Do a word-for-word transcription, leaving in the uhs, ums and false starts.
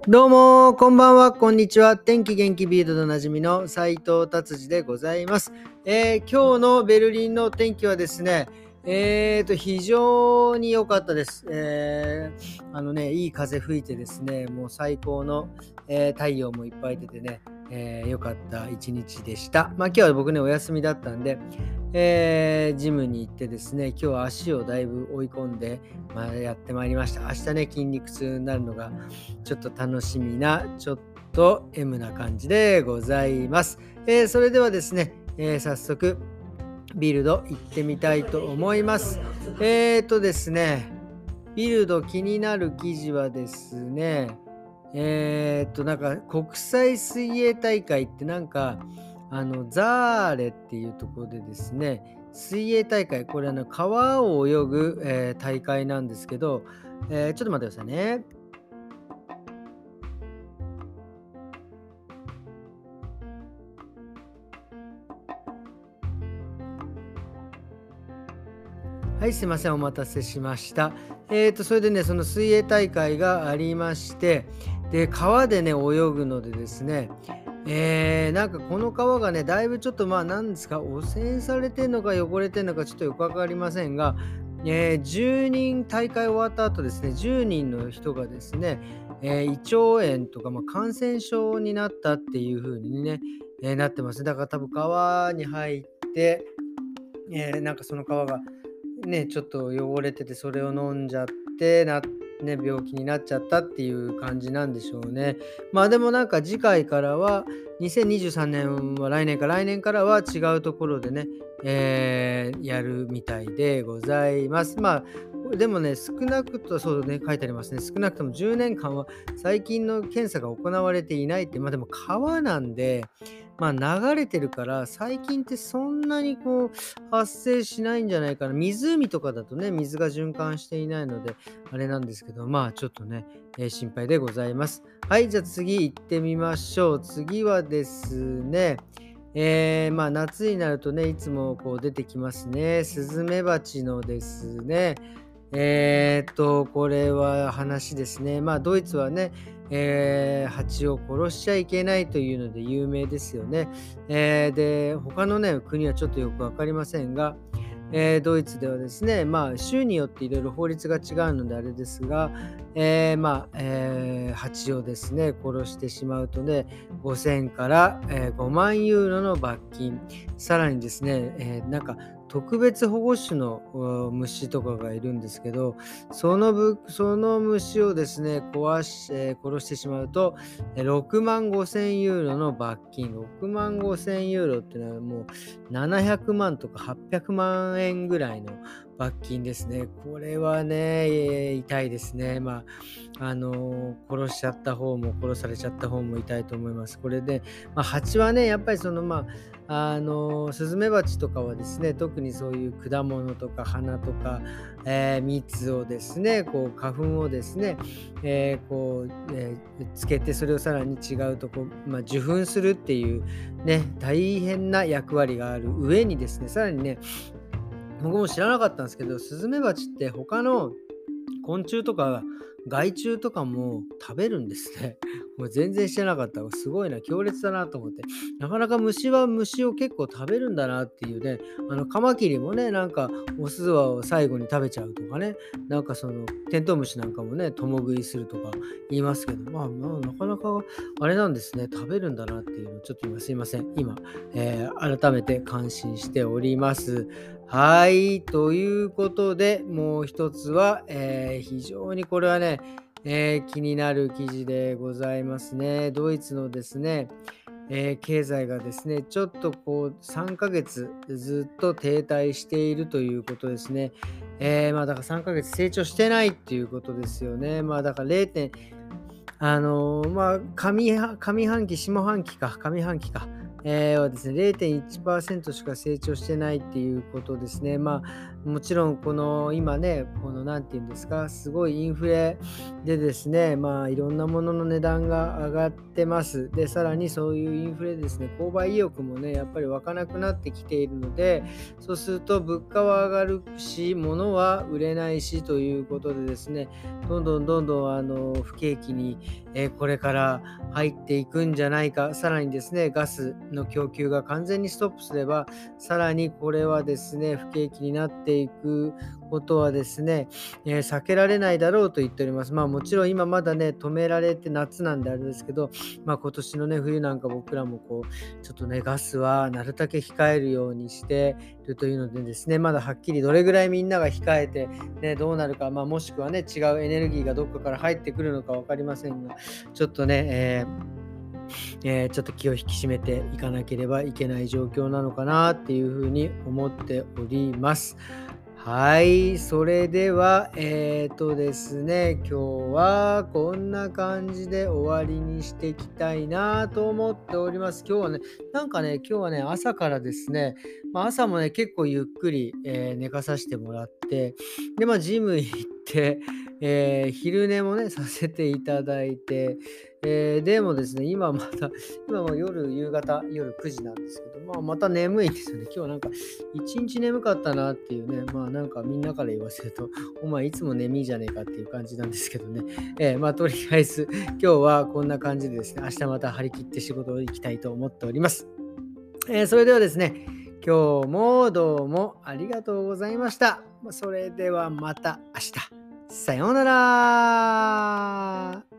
どうも、こんばんは、こんにちは。天気元気ビールドでおなじみの斉藤達治でございます。えー今日のベルリンの天気はですね、えーと、非常に良かったです。えーあのね、いい風吹いてですね、もう最高の、えー太陽もいっぱい出てね、えー良かった一日でした。まあ今日は僕ね、お休みだったんで、えージムに行ってですね、今日は足をだいぶ追い込んで、まあ、やってまいりました。明日ね、筋肉痛になるのがちょっと楽しみな、ちょっと エム な感じでございます。えーそれではですね、えー早速ビルド行ってみたいと思います。えーとですね、ビルド気になる記事はですね、えーとなんか国際水泳大会ってなんかあのザーレっていうところでですね、水泳大会、これあの川を泳ぐ、えー大会なんですけど、えーちょっと待ってくださいね。はい、すいません、お待たせしました。えーと、それでね、その水泳大会がありまして、で、川でね、泳ぐのでですね、えー、なんかこの川がね、だいぶちょっとまあ、なんですか、汚染されてんのか汚れてんのかちょっとよくわかりませんが、えー、じゅうにん大会終わった後ですね、じゅうにんの人がですね、えー胃腸炎とか、まあ、感染症になったっていう風にね、えーなってます。だから多分川に入って、えーなんかその川がね、ちょっと汚れてて、それを飲んじゃって、なね、病気になっちゃったっていう感じなんでしょうね。まあ、でもなんか次回からは、にせんにじゅうさんねんは来年か、来年からは違うところでね、えーやるみたいでございます。まあ、でもね、少なくとそうね、書いてありますね。少なくともじゅうねんかんは最近の検査が行われていないって、ま、でも川なんで、まあ、流れてるから、最近ってそんなにこう発生しないんじゃないかな。湖とかだとね、水が循環していないので、あれなんですけど、まあちょっとね、えー心配でございます。はい、じゃあ次行ってみましょう。次はですね、えー、まあ夏になるとね、いつもこう出てきますね。スズメバチのですね、えーっと、これは話ですね。まあドイツはね、えー、蜂を殺しちゃいけないというので有名ですよね。えーで、他のね、国はちょっとよく分かりませんが、えードイツではですね、まあ、州によっていろいろ法律が違うのであれですが、えーまあ、えー蜂をですね、殺してしまうとね、ごせんから、えーごまんユーロの罰金、さらにですね、えーなんか特別保護種のう虫とかがいるんですけど、そのぶその虫をですね、壊し、えー殺してしまうと、えーろくまんごせんユーロの罰金、ろくまんごせんユーロってのはもうななひゃくまんとかはっぴゃくまん円ぐらいの罰金ですね。これはね、えー痛いですね。まあ、あのー殺しちゃった方も殺されちゃった方も痛いと思います。これで、まあ、蜂はね、やっぱりその、まあ、あのースズメバチとかはですね、特にそういう果物とか花とか、えー蜜をですね、こう花粉をですね、えーこう、えーつけて、それをさらに違うとこ、まあ、受粉するっていうね、大変な役割がある上にですね、さらにね、僕も知らなかったんですけど、スズメバチって他の昆虫とか害虫とかも食べるんですね。もう全然知らなかった。すごいな、強烈だなと思って。なかなか虫は虫を結構食べるんだなっていうね、あのカマキリもね、なんかオスを最後に食べちゃうとかね、なんかそのテントウムシなんかもね、共食いするとか言いますけど、まあ、まあ、なかなかあれなんですね、食べるんだなっていうのをちょっと今すいません。今、えー改めて感心しております。はい。ということで、もう一つは、えー非常にこれはね、えー気になる記事でございますね。ドイツのですね、えー経済がですね、ちょっとこうさんかげつずっと停滞しているということですね。えーまあだからさんかげつ成長してないっていうことですよね。まあだかられいてん、あのーまあ上は上半期、下半期か、上半期か。えーはですね、れいてんいちパーセントしか成長してないっていうことですね。まあ、 もちろんこの今ね、この何て言うんですか、すごいインフレでですね、まあ、いろんなものの値段が上がってます。で、さらにそういうインフレでですね、購買意欲もね、やっぱり湧かなくなってきているので、そうすると物価は上がるし、物は売れないしということでですね、どんどんどんどんあの不景気に、えーこれから入っていくんじゃないか。さらにですね、ガスの供給が完全にストップすれば、さらにこれはですね、不景気になっていくことはですね、えー避けられないだろうと言っております。まあもちろん今まだね、止められて夏なんであれですけど、まあ今年のね、冬なんか僕らもこう、ちょっとね、ガスはなるだけ控えるようにしているというのでですね、まだはっきりどれぐらいみんなが控えて、ね、どうなるか、まあもしくはね、違うエネルギーがどっかから入ってくるのか分かりませんが、ちょっとね、えーえーちょっと気を引き締めていかなければいけない状況なのかなっていうふうに思っております。はい、それでは、えっとですね、今日はこんな感じで終わりにしていきたいなと思っております。今日はね、なんかね、今日はね、朝からですね、まあ、朝もね、結構ゆっくり、えー寝かさせてもらって、で、まあ、ジム行って、えー昼寝もね、させていただいて、えーでもですね、今また、今も夜、夕方、夜くじなんですけど、まあ、また眠いんですよね。今日はなんか、一日眠かったなっていうね、まあなんかみんなから言わせると、お前いつも眠いじゃねえかっていう感じなんですけどね。えーまあとりあえず、今日はこんな感じでですね、明日また張り切って仕事を行きたいと思っております。えーそれではですね、今日もどうもありがとうございました。まあそれではまた明日。さようなら。